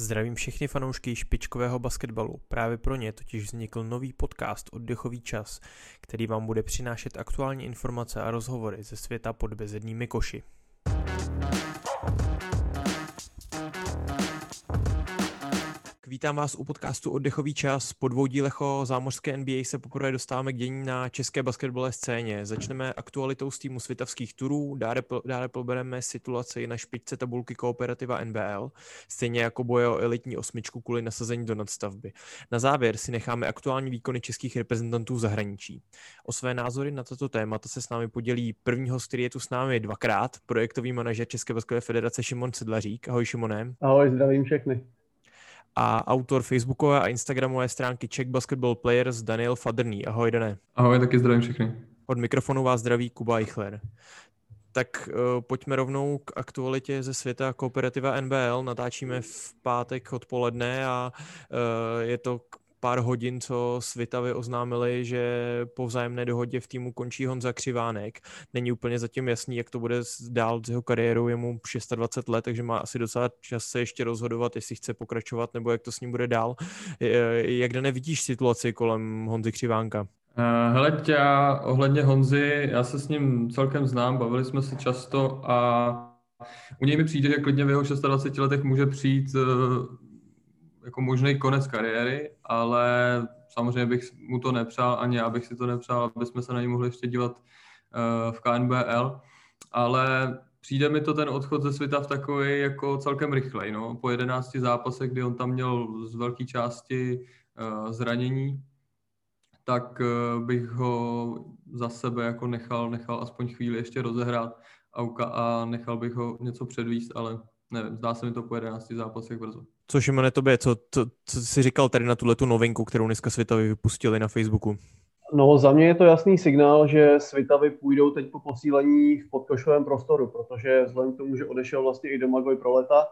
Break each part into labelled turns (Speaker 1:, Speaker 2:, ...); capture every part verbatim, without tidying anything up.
Speaker 1: Zdravím všechny fanoušky špičkového basketbalu. Právě pro ně totiž vznikl nový podcast Oddechový čas, který vám bude přinášet aktuální informace a rozhovory ze světa pod bezednými koši. Vítám vás u podcastu Oddechový čas. Po dvou dílech o zámořské N B A se poprvé dostáváme k dění na české basketbalové scéně. Začneme aktualitou z týmu svitavských turů, dále, dále probereme situaci na špičce tabulky Kooperativa N B L, stejně jako boje o elitní osmičku kvůli nasazení do nadstavby. Na závěr si necháme aktuální výkony českých reprezentantů v zahraničí. O své názory na tato témata se s námi podělí první host, který je tu s námi dvakrát, projektový manažer České basketbalové federace Šimon Sedlařík. Ahoj Šimone.
Speaker 2: Ahoj, zdravím všechny.
Speaker 1: A autor facebookové a instagramové stránky Czech Basketball Players Daniel Fadrný. Ahoj, Dané.
Speaker 3: Ahoj, taky zdravím všechny.
Speaker 1: Od mikrofonu vás zdraví Kuba Eichler. Tak uh, pojďme rovnou k aktualitě ze světa Kooperativa N B L. Natáčíme v pátek odpoledne a uh, je to pár hodin, co Svitavy oznámili, že po vzájemné dohodě v týmu končí Honza Křivánek. Není úplně zatím jasný, jak to bude dál s jeho kariérou, je mu dvacet šest let, takže má asi docela čas se ještě rozhodovat, jestli chce pokračovat, nebo jak to s ním bude dál. Jak Dane vidíš situaci kolem Honzy Křivánka?
Speaker 3: Uh, hele, já ohledně Honzy, já se s ním celkem znám, bavili jsme se často a u něj mi přijde, že klidně v jeho dvaceti šesti letech může přijít uh, jako možný konec kariéry, ale samozřejmě bych mu to nepřál, ani já bych si to nepřál, aby jsme se na něj mohli ještě dívat uh, v K N B L, ale přijde mi to ten odchod ze Svitav takový jako celkem rychlej, no, po jedenácti zápasech, kdy on tam měl z velké části uh, zranění, tak uh, bych ho za sebe jako nechal, nechal aspoň chvíli ještě rozehrát a, a nechal bych ho něco předvíst, ale nevím, zdá se mi to po jedenácti zápasech brzo.
Speaker 1: Co, Šimone, tobě, co, co, co jsi říkal tady na tuhletu novinku, kterou dneska Svitavy vypustili na Facebooku?
Speaker 2: No, za mě je to jasný signál, že Svitavy půjdou teď po posílení v podkošovém prostoru, protože vzhledem k tomu, že odešel vlastně i Domagoj Proleta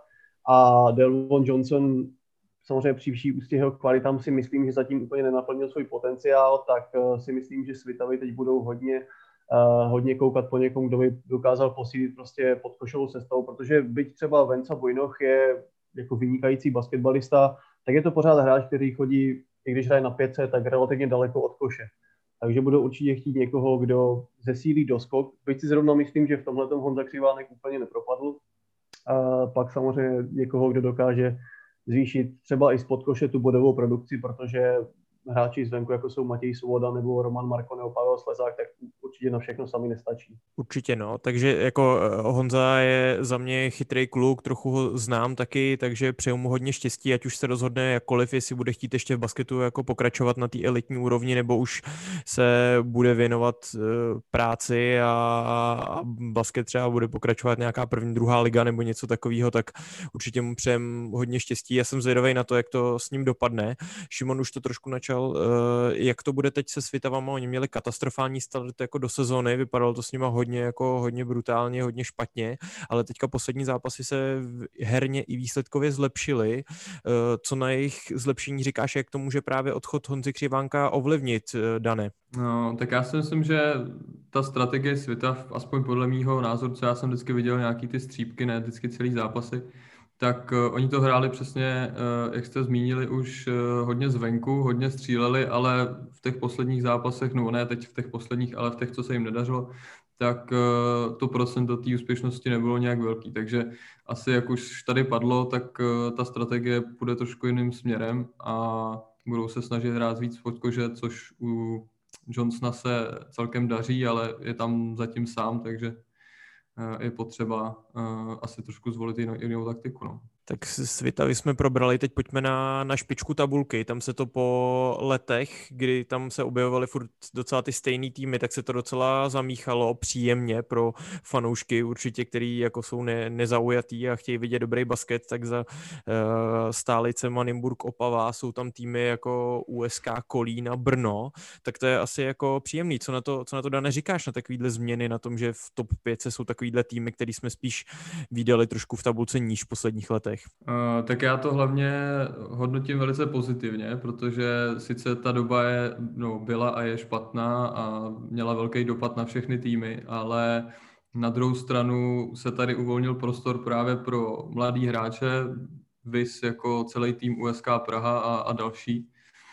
Speaker 2: a Delvon Johnson, samozřejmě při vší úctě jeho kvalitám si myslím, že zatím úplně nenaplnil svůj potenciál, tak si myslím, že Svitavy teď budou hodně Uh, hodně koukat po někom, kdo by dokázal posílit prostě podkošovou sestavu, protože byť třeba Venca Bojnoch je jako vynikající basketbalista, tak je to pořád hráč, který chodí, i když hraje na pětce, tak relativně daleko od koše. Takže budou určitě chtít někoho, kdo zesílí doskok. Byť si zrovna myslím, že v tomhletom Honza Křivánek úplně nepropadl. Uh, pak samozřejmě někoho, kdo dokáže zvýšit třeba i z podkoše tu bodovou produkci, protože hráči zvenku, jako jsou Matěj Svoboda nebo Roman Marko nebo Pavel Slezák, tak určitě na všechno sami nestačí.
Speaker 1: Určitě no, takže jako Honza je za mě chytrý kluk, trochu ho znám taky, takže přeju mu hodně štěstí, ať už se rozhodne jakkoliv, jestli bude chtít ještě v basketu jako pokračovat na té elitní úrovni, nebo už se bude věnovat uh, práci a, a basket třeba bude pokračovat nějaká první, druhá liga nebo něco takového, tak určitě mu přejem hodně štěstí. Já jsem zvědavý na to, jak to s ním dopadne. Šimon už to trošku načal, uh, jak to bude teď se Svitavama, oni měli katastrofální start jako do sezóny, vypadalo to s nima hodně jako hodně brutálně, hodně špatně, ale teďka poslední zápasy se herně i výsledkově zlepšily. Co na jejich zlepšení říkáš, jak to může právě odchod Honzy Křivánka ovlivnit, Dane?
Speaker 3: No, tak já si myslím, že ta strategie Svitav, aspoň podle mýho názoru, co já jsem vždycky viděl nějaký ty střípky, ne vždycky celý zápasy, tak uh, oni to hráli přesně, uh, jak jste zmínili, už uh, hodně zvenku, hodně stříleli, ale v těch posledních zápasech, no ne teď v těch posledních, ale v těch, co se jim nedařilo, tak uh, to procento té úspěšnosti nebylo nějak velký. Takže asi, jak už tady padlo, tak uh, ta strategie půjde trošku jiným směrem a budou se snažit hrát víc podkože, což u Johnsona se celkem daří, ale je tam zatím sám, takže je potřeba uh, asi trošku zvolit jinou, jinou taktiku. No.
Speaker 1: Tak Svitavy jsme probrali, teď pojďme na, na špičku tabulky, tam se to po letech, kdy tam se objevovaly furt docela ty stejný týmy, tak se to docela zamíchalo příjemně pro fanoušky určitě, který jako jsou ne, nezaujatý a chtějí vidět dobrý basket, tak za uh, Stálicema, Nymburk, Opava jsou tam týmy jako U S K, Kolín a Brno, tak to je asi jako příjemný. Co na to, co na to Dane říkáš na takovýhle změny, na tom, že v top pět jsou takovýhle týmy, který jsme spíš viděli trošku v tabulce níž v posledních letech?
Speaker 3: Uh, tak já to hlavně hodnotím velice pozitivně, protože sice ta doba je, no, byla a je špatná a měla velký dopad na všechny týmy, ale na druhou stranu se tady uvolnil prostor právě pro mladý hráče, vys jako celý tým U S K Praha a, a další,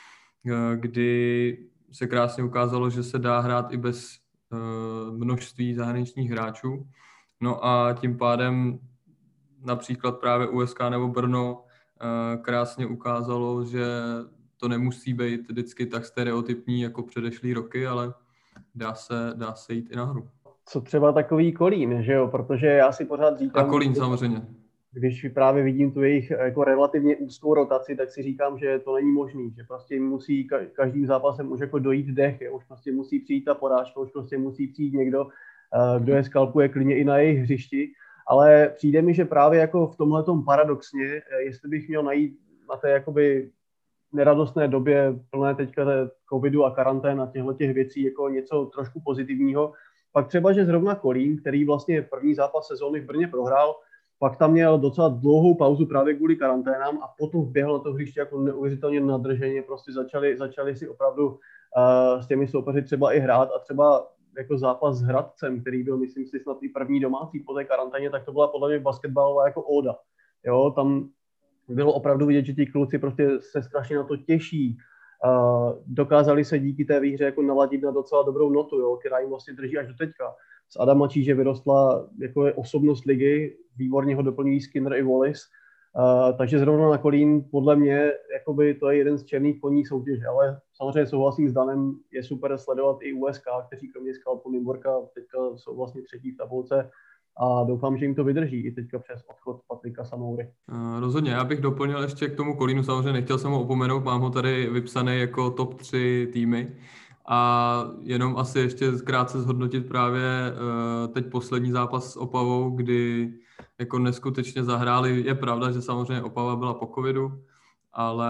Speaker 3: kdy se krásně ukázalo, že se dá hrát i bez uh, množství zahraničních hráčů. No a tím pádem například právě U S K nebo Brno uh, krásně ukázalo, že to nemusí být vždycky tak stereotypní jako předešlý roky, ale dá se, dá se jít i nahoru.
Speaker 2: Co třeba takový Kolín, že jo? Protože já si pořád říkám...
Speaker 3: A Kolín samozřejmě.
Speaker 2: Když právě vidím tu jejich jako relativně úzkou rotaci, tak si říkám, že to není možný, že prostě musí každým zápasem už jako dojít dech, už prostě musí přijít ta porážka, už prostě musí přijít někdo, kdo je skalpuje klidně i na jejich hřišti, ale přijde mi, že právě jako v tomhletom paradoxně, jestli bych měl najít na té jakoby neradostné době plné teďka covidu a karantén a těchto těch věcí jako něco trošku pozitivního, pak třeba, že zrovna Kolín, který vlastně první zápas sezóny v Brně prohrál, pak tam měl docela dlouhou pauzu právě kvůli karanténám a potom vběhl na to hřiště jako neuvěřitelně nadrženě, prostě začali, začali si opravdu uh, s těmi soupeři třeba i hrát a třeba jako zápas s Hradcem, který byl, myslím si, snad i první domácí po té karanténě, tak to byla podle mě basketbalová jako óda. Jo, tam bylo opravdu vidět, že ti kluci prostě se strašně na to těší. Uh, dokázali se díky té výhře jako naladit na docela dobrou notu, jo, která jim vlastně drží až do teďka. Z Adama Číže vyrostla jako je osobnost ligy, výborně ho doplňují Skinner i Wallis, uh, takže zrovna na Kolín podle mě jakoby to je jeden z černých koní soutěže, ale samozřejmě souhlasím s Danem, je super sledovat i U S K, kteří kromě Skalpu Nymburka teďka jsou vlastně třetí v tabulce a doufám, že jim to vydrží i teďka přes odchod Patrika Samoury.
Speaker 3: Uh, rozhodně, já bych doplnil ještě k tomu Kolínu, samozřejmě nechtěl jsem ho opomenout, mám ho tady vypsaný jako top tři týmy. A jenom asi ještě krátce zhodnotit právě uh, teď poslední zápas s Opavou, kdy jako neskutečně zahráli. Je pravda, že samozřejmě Opava byla po covidu, ale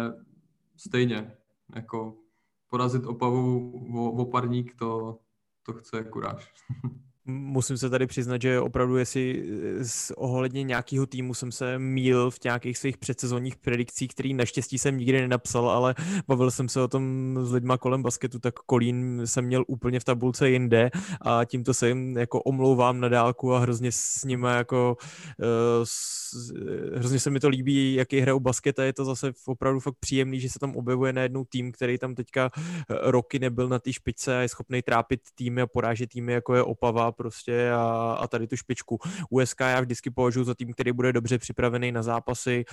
Speaker 3: stejně jako porazit Opavu v Oparník, to, to chce kuráž.
Speaker 1: Musím se tady přiznat, že opravdu jestli z ohledně nějakého týmu jsem se mýlil v nějakých svých předsezonních predikcích, který naštěstí jsem nikdy nenapsal, ale bavil jsem se o tom s lidma kolem basketu, tak Kolín jsem měl úplně v tabulce jinde a tímto se jim jako omlouvám na dálku a hrozně s nimi jako uh, s, hrozně se mi to líbí, jaký hrajou basket a je to zase opravdu fakt příjemný, že se tam objevuje najednou tým, který tam teďka roky nebyl na té špičce a je schopný trápit týmy a porážet týmy, jako je Opava prostě a, a tady tu špičku. U S K já vždycky považuji za tým, který bude dobře připravený na zápasy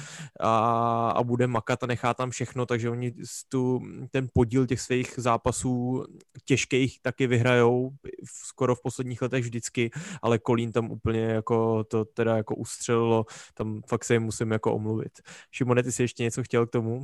Speaker 1: a, a bude makat a nechá tam všechno, takže oni tu, ten podíl těch svých zápasů těžkých taky vyhrajou skoro v posledních letech vždycky, ale Kolín tam úplně jako to teda jako ustřelilo, tam fakt se jim musím jako omluvit. Šimone, ty jsi ještě něco chtěl k tomu?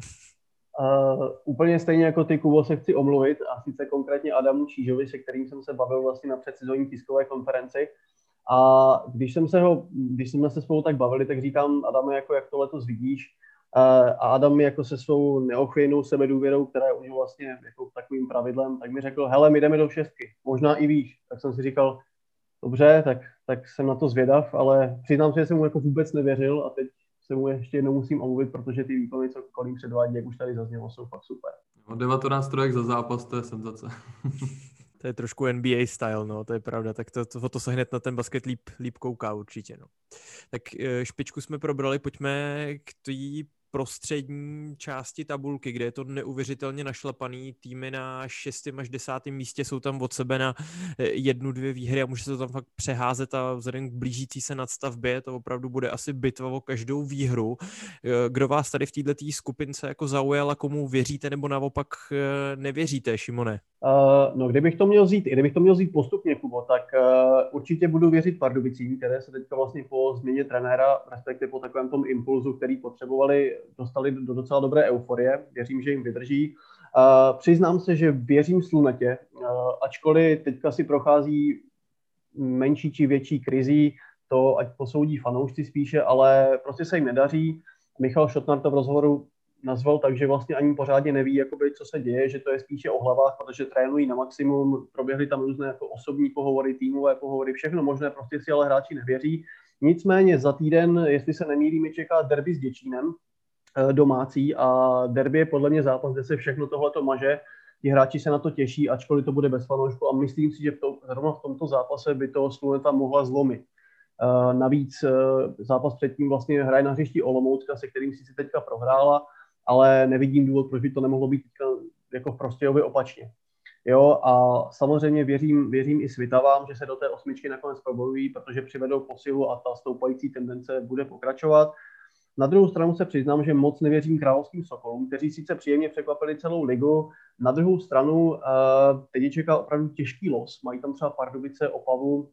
Speaker 2: Uh, úplně stejně jako ty, Kubo, se chci omluvit a sice konkrétně Adamu Čížovi, se kterým jsem se bavil vlastně na předsezonní tiskové konferenci a když jsem se ho, když jsme se spolu tak bavili, tak říkám, Adame, jako jak to letos vidíš uh, a Adam jako se svou neochvějnou sebedůvěrou, která je u něho vlastně jako takovým pravidlem, tak mi řekl, hele, my jdeme do šestky, možná i výš. Tak jsem si říkal, dobře, tak, tak jsem na to zvědav, ale přiznám se, že jsem mu jako vůbec nevěřil a teď se mu ještě jednou musím omluvit, protože ty výkony, co Kolín předvádí, jak už tady zaznělo, jsou fakt super.
Speaker 3: No, devatenáct trojek za zápas, to je senzace.
Speaker 1: To je trošku N B A style, no, to je pravda, tak to, to, to se hned na ten basket líp, líp kouká určitě, no. Tak špičku jsme probrali, pojďme k té prostřední části tabulky, kde je to neuvěřitelně našlapaný, týmy na šestém až desátém místě jsou tam od sebe na jednu, dvě výhry a může se to tam fakt přeházet a vzhledem k blížící se nadstavbě to opravdu bude asi bitva o každou výhru. Kdo vás tady v této skupince jako zaujal a komu věříte nebo naopak nevěříte, Šimone?
Speaker 2: Uh, no, kdybych to měl vzít, kdybych to měl vzít postupně, Kubo, tak uh, určitě budu věřit Pardubicím, které se teďka vlastně po změně trenéra, respektive po takovém tom impulzu, který potřebovali, dostali do docela dobré euforie. Věřím, že jim vydrží. Uh, přiznám se, že věřím Slunetě, uh, ačkoliv teďka si prochází menší či větší krizí, to ať posoudí fanoušci spíše, ale prostě se jim nedaří. Michal Šotnar to v rozhovoru nazval tak, že vlastně ani pořádně neví, jakoby, co se děje, že to je spíše o hlavách, protože trénují na maximum, proběhly tam různé jako osobní pohovory, týmové pohovory, všechno možné, prostě si ale hráči nevěří. Nicméně za týden, jestli se nemýlím, mi čeká derby s Děčínem domácí a derby je podle mě zápas, kde se všechno tohleto maže. Ti hráči se na to těší, ačkoliv to bude bez fanoušků a myslím si, že v to, zrovna v tomto zápase by to Sluneta mohla zlomit. Navíc zápas předtím vlastně hraje na hřišti Olomoucka, se kterým si teďka prohrála, ale nevidím důvod, proč by to nemohlo být jako v Prostějově opačně. Jo, a samozřejmě věřím, věřím i Svitavám, že se do té osmičky nakonec probojují, protože přivedou posilu a ta stoupající tendence bude pokračovat. Na druhou stranu se přiznám, že moc nevěřím královským Sokolům, kteří sice příjemně překvapili celou ligu. Na druhou stranu teď je čeká opravdu těžký los. Mají tam třeba Pardubice, Opavu,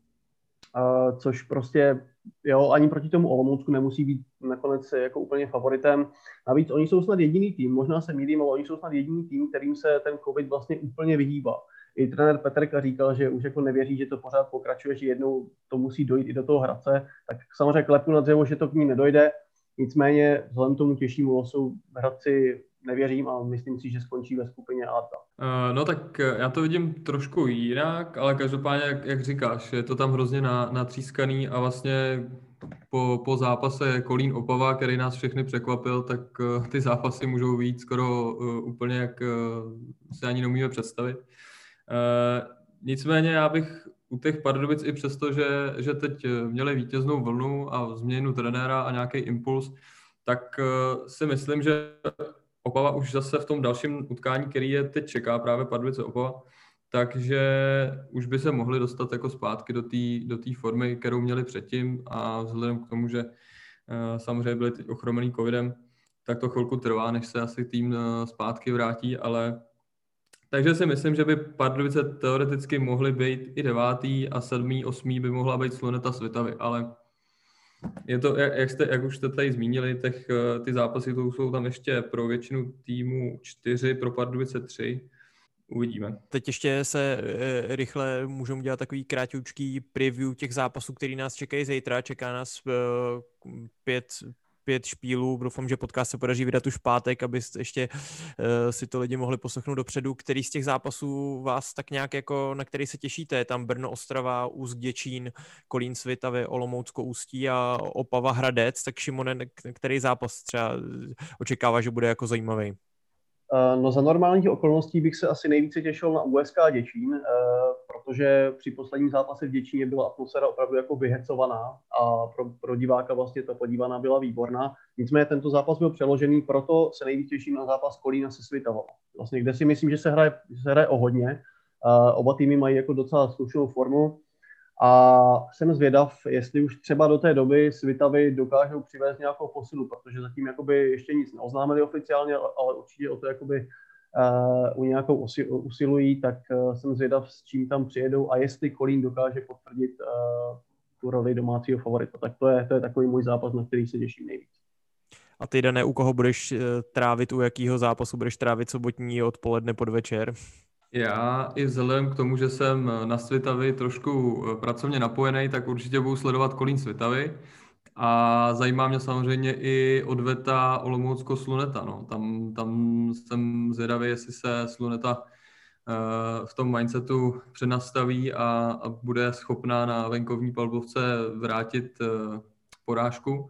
Speaker 2: což prostě jo, ani proti tomu Olomoucku nemusí být nakonec jako úplně favoritem. Navíc oni jsou snad jediný tým, možná se mýlím, ale oni jsou snad jediný tým, kterým se ten covid vlastně úplně vyhýbá. I trenér Petrka říkal, že už jako nevěří, že to pořád pokračuje, že jednou to musí dojít i do toho Hradce, tak samozřejmě klepu na dřevo, že to k ní nedojde. Nicméně vzhledem tomu těžšímu losu Hradci nevěřím a myslím si, že skončí ve skupině A.
Speaker 3: Uh, no tak já to vidím trošku jinak, ale každopádně, jak, jak říkáš, je to tam hrozně na, natřískaný a vlastně po, po zápase Kolín Opava, který nás všechny překvapil, tak uh, ty zápasy můžou být skoro uh, úplně, jak uh, si ani neumíme představit. Uh, nicméně já bych u těch Pardubic i přesto, že, že teď měli vítěznou vlnu a změnu trenéra a nějaký impuls, tak uh, si myslím, že Opava už zase v tom dalším utkání, který je teď čeká, právě Pardubice Opava, takže už by se mohli dostat jako zpátky do té do té formy, kterou měli předtím a vzhledem k tomu, že uh, samozřejmě byli teď ochromený covidem, tak to chvilku trvá, než se asi tým uh, zpátky vrátí, ale takže si myslím, že by Pardubice teoreticky mohly být i devátý a sedmý, osmý by mohla být Sluneta Svitavy, ale je to, jak, jak, jste, jak už jste tady zmínili, těch, ty zápasy to jsou tam ještě pro většinu týmů čtyři, pro Pardubice tři. Uvidíme.
Speaker 1: Teď ještě se e, rychle můžeme dělat takový kráťoučký preview těch zápasů, který nás čekají zítra. Čeká nás e, pět pět špílů, doufám, že podcast se podaří vydat už v pátek, aby ještě uh, si to lidi mohli poslechnout dopředu. Který z těch zápasů vás tak nějak jako, na který se těšíte? Je tam Brno, Ostrava, Ústí, Děčín, Kolín, Svitavy, Olomoucko, Ústí a Opava, Hradec, tak Šimone, který zápas třeba očekává, že bude jako zajímavý?
Speaker 2: No za normálních okolností bych se asi nejvíce těšil na U S K Děčín, protože při posledním zápase v Děčíně byla atmosféra opravdu jako vyhecovaná a pro, pro diváka vlastně ta podívaná byla výborná. Nicméně tento zápas byl přeložený, proto se nejvíc těším na zápas Kolína se Svitavou. Vlastně kde si myslím, že se hraje, že se hraje o hodně. Oba týmy mají jako docela slušnou formu. A jsem zvědav, jestli už třeba do té doby Svitavy dokážou přivést nějakou posilu, protože zatím jakoby ještě nic neoznámili oficiálně, ale určitě o to jakoby uh, u nějakou usilují, tak uh, jsem zvědav, s čím tam přijedou a jestli Kolín dokáže potvrdit uh, tu roli domácího favorita. Tak to je, to je takový můj zápas, na který se těším nejvíc.
Speaker 1: A ty, Dané, u koho budeš trávit, u jakého zápasu budeš trávit sobotní odpoledne podvečer?
Speaker 3: Já i vzhledem k tomu, že jsem na Svitavy trošku pracovně napojený, tak určitě budu sledovat Kolín Svitavy. A zajímá mě samozřejmě i odveta Olomoucko Sluneta. No. Tam, tam jsem zvědavý, jestli se Sluneta uh, v tom mindsetu přenastaví a, a bude schopná na venkovní palbovce vrátit uh, porážku.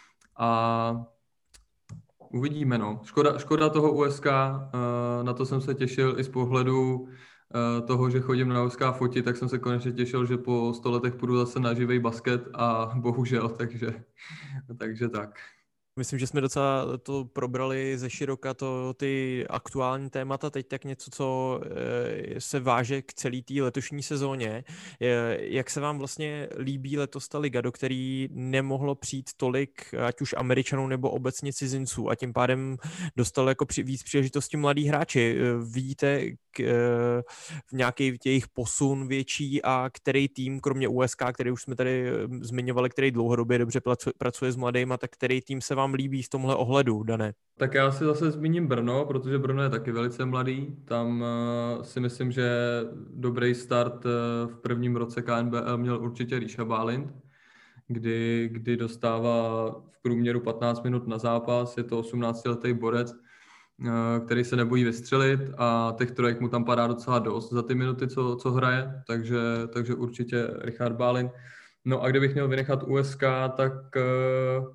Speaker 3: A uvidíme, no. Škoda, škoda toho U S K, uh, na to jsem se těšil i z pohledu uh, toho, že chodím na U S K fotit, tak jsem se konečně těšil, že po sto letech půjdu zase na živý basket a bohužel, takže, takže tak.
Speaker 1: Myslím, že jsme docela to probrali ze široka, to, ty aktuální témata, teď tak něco, co se váže k celé té letošní sezóně. Jak se vám vlastně líbí letos ta liga, do který nemohlo přijít tolik, ať už Američanů nebo obecně cizinců a tím pádem dostal jako při, víc příležitostí mladí hráči. Vidíte k, v nějaký jejich posun větší a který tým, kromě U S K, který už jsme tady zmiňovali, který dlouhodobě dobře pracuje s mladýma, tak který tým se vám líbí v tomhle ohledu, Dané?
Speaker 3: Tak já si zase zmíním Brno, protože Brno je taky velice mladý. Tam uh, si myslím, že dobrý start uh, v prvním roce K N B L měl určitě Ríša Bálint, kdy, kdy dostává v průměru patnáct minut na zápas, je to osmnáctiletý borec, uh, který se nebojí vystřelit a těch trojek mu tam padá docela dost za ty minuty, co, co hraje, takže, takže určitě Richard Bálint. No a kdybych měl vynechat U S K, tak uh,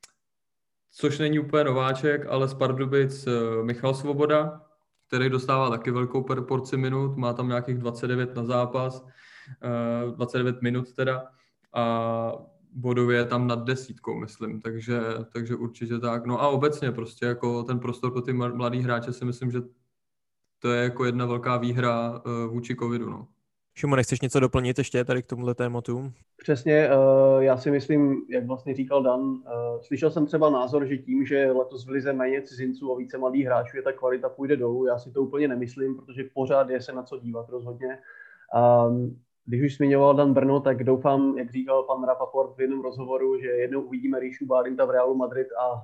Speaker 3: což není úplně nováček, ale z Pardubic Michal Svoboda, který dostává taky velkou porci minut, má tam nějakých dvacet devět na zápas, dvacet devět minut teda a bodově tam nad desítkou, myslím, takže, takže určitě tak. No a obecně prostě jako ten prostor pro ty mladý hráče si myslím, že to je jako jedna velká výhra uh, vůči covidu, no.
Speaker 1: Šimo, nechceš něco doplnit ještě tady k tomuhle tématu?
Speaker 2: Přesně, já si myslím, jak vlastně říkal Dan, slyšel jsem třeba názor, že tím, že letos v lize méně cizinců a více mladých hráčů, je ta kvalita půjde dolů. Já si to úplně nemyslím, protože pořád je se na co dívat rozhodně. Když už zmiňoval Dan Brno, tak doufám, jak říkal pan Rapaport v jednom rozhovoru, že jednou uvidíme Ríšu Bárinta v Realu Madrid a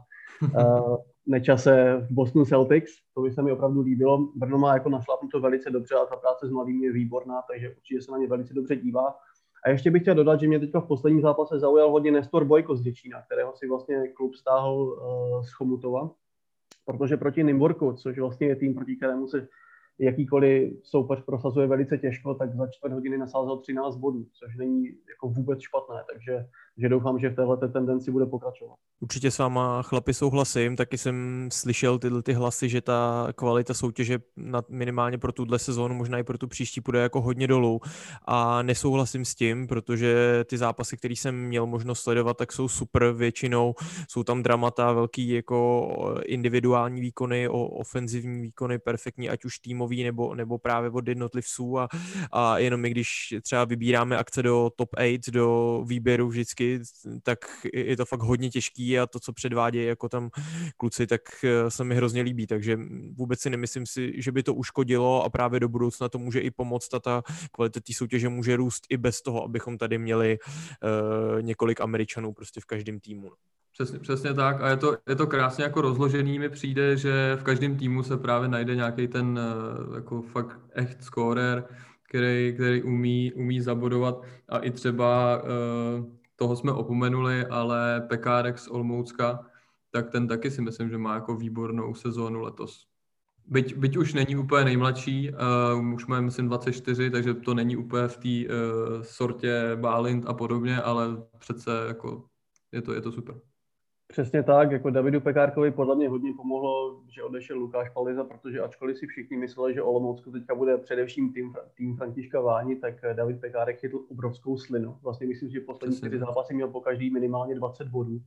Speaker 2: Nečase v Boston Celtics. To by se mi opravdu líbilo. Brno má jako našlápnuto velice dobře a ta práce s mladými je výborná, takže určitě se na ně velice dobře dívá. A ještě bych chtěl dodat, že mě teďka v posledním zápase zaujal hodně Nestor Bojko z Děčína, kterého si vlastně klub stáhl uh, z Chomutova, protože proti Nymburku, což vlastně je tým, proti kterému se jakýkoliv soupeř prosazuje velice těžko, tak za čtvrt hodiny nasázel třináct bodů, což není jako vůbec špatné, takže že doufám, že v této tendenci bude pokračovat.
Speaker 1: Určitě s váma chlapi souhlasím, taky jsem slyšel tyhle ty hlasy, že ta kvalita soutěže minimálně pro tuhle sezónu, možná i pro tu příští půjde jako hodně dolů a nesouhlasím s tím, protože ty zápasy, které jsem měl možnost sledovat, tak jsou super většinou, jsou tam dramata, velký jako individuální výkony, ofenzivní výkony, perfektní, ať už týmový nebo, nebo právě od jednotlivců a, a jenom i když třeba vybíráme akce do top osm, do výběru vždycky, tak je to fakt hodně těžký a to, co předvádějí jako tam kluci, tak se mi hrozně líbí, takže vůbec si nemyslím si, že by to uškodilo a právě do budoucna to může i pomoct a ta kvalita té soutěže může růst i bez toho, abychom tady měli uh, několik Američanů prostě v každém týmu.
Speaker 3: Přesně, přesně tak a je to, je to krásně jako rozložený, mi přijde, že v každém týmu se právě najde nějaký ten uh, jako fakt echt scorer, který, který umí, umí zabodovat a i třeba uh, toho jsme opomenuli, ale Pekárek z Olomoucka, tak ten taky si myslím, že má jako výbornou sezónu letos. Byť, byť už není úplně nejmladší, uh, už má myslím dvacet čtyři, takže to není úplně v té uh, sortě Bálint a podobně, ale přece jako je to, je to super.
Speaker 2: Přesně tak, jako Davidu Pekárkovi podle mě hodně pomohlo, že odešel Lukáš Paliza, protože ačkoliv si všichni mysleli, že Olomoucko teďka bude především tým, tým Františka Váni, tak David Pekárek chytl obrovskou slinu. Vlastně myslím, že poslední čtyři zápasy měl po každý minimálně dvacet bodů.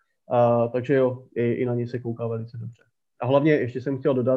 Speaker 2: A, takže jo, i, i na něj se kouká velice dobře. A hlavně ještě jsem chtěl dodat,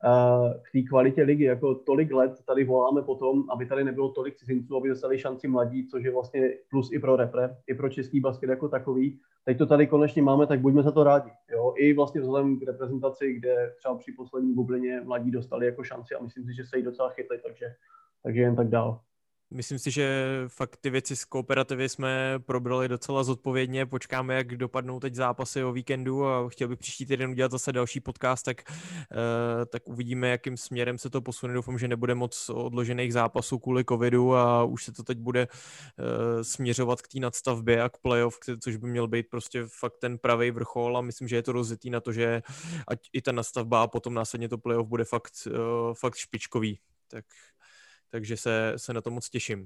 Speaker 2: k té kvalitě ligy, jako tolik let tady voláme potom, aby tady nebylo tolik cizinců, aby dostali šanci mladí, což je vlastně plus i pro repre, i pro český basket jako takový. Teď to tady konečně máme, tak buďme za to rádi. Jo? I vlastně vzhledem k reprezentaci, kde třeba při poslední bublině mladí dostali jako šanci a myslím si, že se jí docela chytli, takže, takže jen tak dál.
Speaker 1: Myslím si, že fakt ty věci z kooperativy jsme probrali docela zodpovědně, počkáme, jak dopadnou teď zápasy o víkendu a chtěl bych příští týden udělat zase další podcast, tak, uh, tak uvidíme, jakým směrem se to posune. Doufám, že nebude moc odložených zápasů kvůli covidu a už se to teď bude uh, směřovat k té nadstavbě a k playoff, což by měl být prostě fakt ten pravý vrchol a myslím, že je to rozjetý na to, že ať i ta nadstavba a potom následně to playoff bude fakt, uh, fakt špičkový. Tak takže se, se na to moc těším.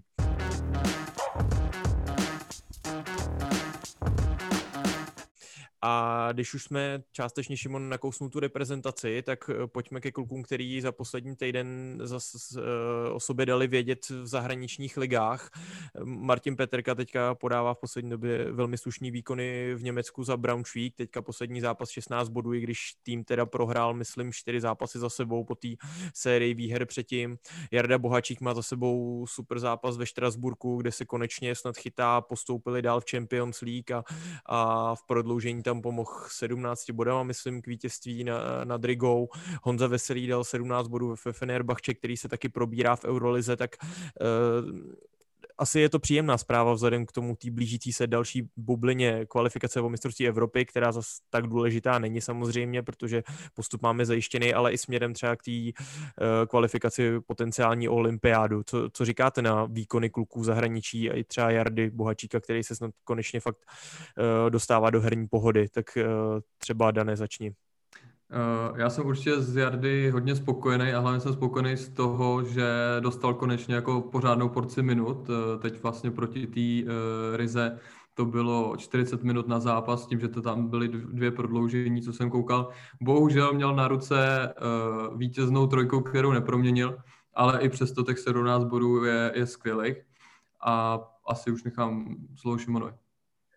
Speaker 1: A když už jsme částečně, Šimon, nakousnul tu reprezentaci, tak pojďme ke klukům, který za poslední týden zase o sobě dali vědět v zahraničních ligách. Martin Peterka teďka podává v poslední době velmi slušný výkony v Německu za Braunschweig, teďka poslední zápas šestnáct bodů, i když tým teda prohrál, myslím, čtyři zápasy za sebou po té sérii výher předtím. Jarda Bohačík má za sebou super zápas ve Štrasburku, kde se konečně snad chytá, postoupili dál v Champions League a, a v prodloužení tam pomohl sedmnácti bodama, myslím, k vítězství na, nad Rigou. Honza Veselý dal sedmnáct bodů ve Fenerbahce, který se taky probírá v Eurolize, tak uh, asi je to příjemná zpráva vzhledem k tomu té blížící se další bublině kvalifikace o mistrovství Evropy, která zase tak důležitá není samozřejmě, protože postup máme zajištěný, ale i směrem třeba k té uh, kvalifikaci potenciální olympiádu. Co, co říkáte na výkony kluků v zahraničí a i třeba Jardy Bohačíka, který se snad konečně fakt uh, dostává do herní pohody, tak uh, třeba Dane začni.
Speaker 3: Uh, já jsem určitě z Jardy hodně spokojený a hlavně jsem spokojený z toho, že dostal konečně jako pořádnou porci minut. Uh, teď vlastně proti té uh, Rize to bylo čtyřicet minut na zápas, tím, že to tam byly dvě prodloužení, co jsem koukal. Bohužel měl na ruce uh, vítěznou trojkou, kterou neproměnil, ale i přesto těch sedmnáct bodů je, je skvělých a asi už nechám slovo Šimonovi.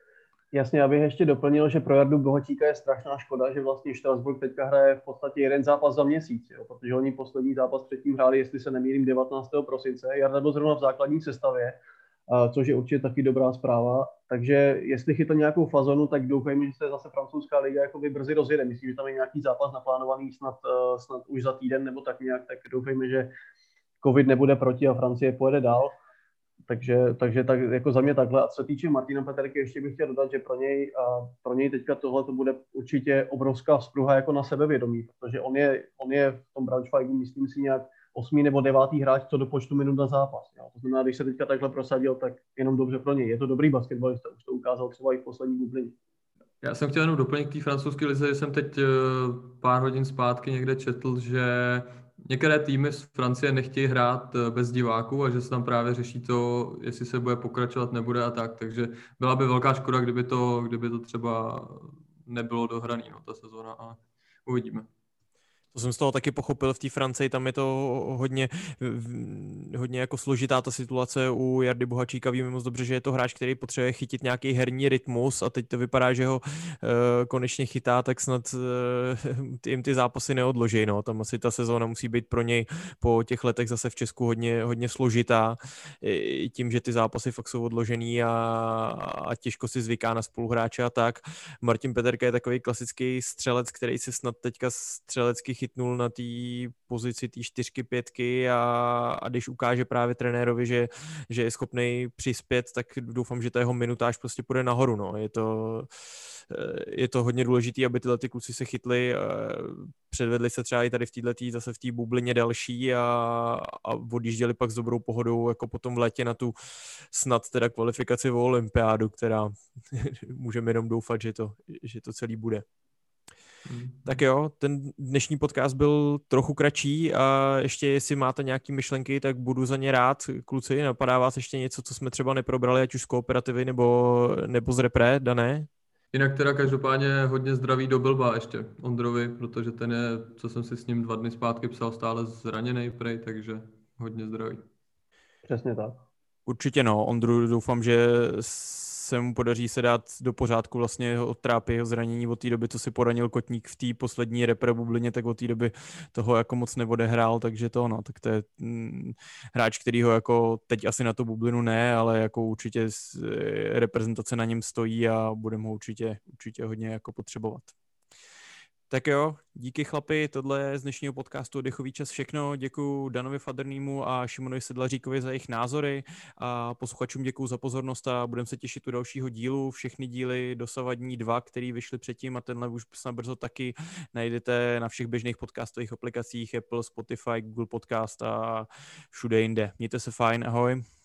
Speaker 2: Jasně, abych ještě doplnil, že pro Jardu Bohačíka je strašná škoda, že vlastně Štrasburk teďka hraje v podstatě jeden zápas za měsíc, jo, protože oni poslední zápas předtím hráli, jestli se nemýlím, devatenáctého prosince. Jarda byl zrovna v základní sestavě, což je určitě taky dobrá zpráva. Takže jestli chytl nějakou fazonu, tak doufejme, že se zase francouzská liga jakoby brzy rozjede. Myslím, že tam je nějaký zápas naplánovaný snad, snad už za týden nebo tak nějak, tak doufejme, že covid nebude proti a Francie pojede dál. Takže, takže tak, jako za mě takhle. A co se týče Martina Peterky, ještě bych chtěl dodat, že pro něj, a pro něj teďka tohle to bude určitě obrovská vzpruha jako na sebevědomí, protože on je, on je v tom Braunschweigu, myslím si, nějak osmý nebo devátý hráč co do počtu minut na zápas. Jo. To znamená, když se teďka takhle prosadil, tak jenom dobře pro něj. Je to dobrý basketbalista, už to ukázal třeba i v poslední bublině.
Speaker 3: Já jsem chtěl jenom doplnit k té francouzské lize, že jsem teď pár hodin zpátky někde četl, že některé týmy z Francie nechtějí hrát bez diváků a že se tam právě řeší to, jestli se bude pokračovat, nebude a tak. Takže byla by velká škoda, kdyby to, kdyby to třeba nebylo dohraný, no, ta sezóna, a uvidíme.
Speaker 1: To jsem z toho taky pochopil v té Francii, tam je to hodně, hodně jako složitá ta situace u Jardy Bohačíka. Víme moc dobře, že je to hráč, který potřebuje chytit nějaký herní rytmus a teď to vypadá, že ho uh, konečně chytá, tak snad uh, jim ty zápasy neodloží. No. Tam asi ta sezóna musí být pro něj po těch letech zase v Česku hodně, hodně složitá. I tím, že ty zápasy fakt jsou odložený a, a těžko si zvyká na spoluhráče a tak. Martin Peterka je takový klasický střelec, který si snad teďka střelecky chytnul na té pozici té čtyřky, pětky a, a když ukáže právě trenérovi, že, že je schopný přispět, tak doufám, že ta jeho minutáž prostě půjde nahoru. No. Je to, je to hodně důležité, aby tyhle ty kluci se chytli, předvedli se třeba i tady v této zase v té bublině další a, a odjížděli pak s dobrou pohodou jako potom v létě na tu snad teda kvalifikaci o olympiádu, která můžeme jenom doufat, že to, že to celý bude. Hmm. Tak jo, ten dnešní podcast byl trochu kratší a ještě jestli máte nějaké myšlenky, tak budu za ně rád. Kluci, napadá vás ještě něco, co jsme třeba neprobrali, ať už z kooperativy nebo, nebo z repre, Dané?
Speaker 3: Jinak teda každopádně hodně zdraví do Bilba ještě Ondrovi, protože ten je, co jsem si s ním dva dny zpátky psal, stále zraněnej prej, takže hodně zdraví.
Speaker 2: Přesně tak.
Speaker 1: Určitě no, Ondru doufám, že se mu podaří se dát do pořádku vlastně od trápy jeho zranění od té doby, co si poranil Kotník v té poslední repre bublině, tak od té doby toho jako moc neodehrál, takže to no, tak to je mm, hráč, který ho jako teď asi na tu bublinu ne, ale jako určitě reprezentace na něm stojí a budeme ho určitě, určitě hodně jako potřebovat. Tak jo, díky chlapi, tohle je z dnešního podcastu Oddechový čas všechno. Děkuju Danovi Fadrnýmu a Šimonovi Sedlaříkovi za jejich názory a posluchačům děkuju za pozornost a budeme se těšit u dalšího dílu. Všechny díly dosavadní dva, který vyšly předtím a tenhle už snad brzo taky najdete na všech běžných podcastových aplikacích Apple, Spotify, Google Podcast a všude jinde. Mějte se fajn, ahoj.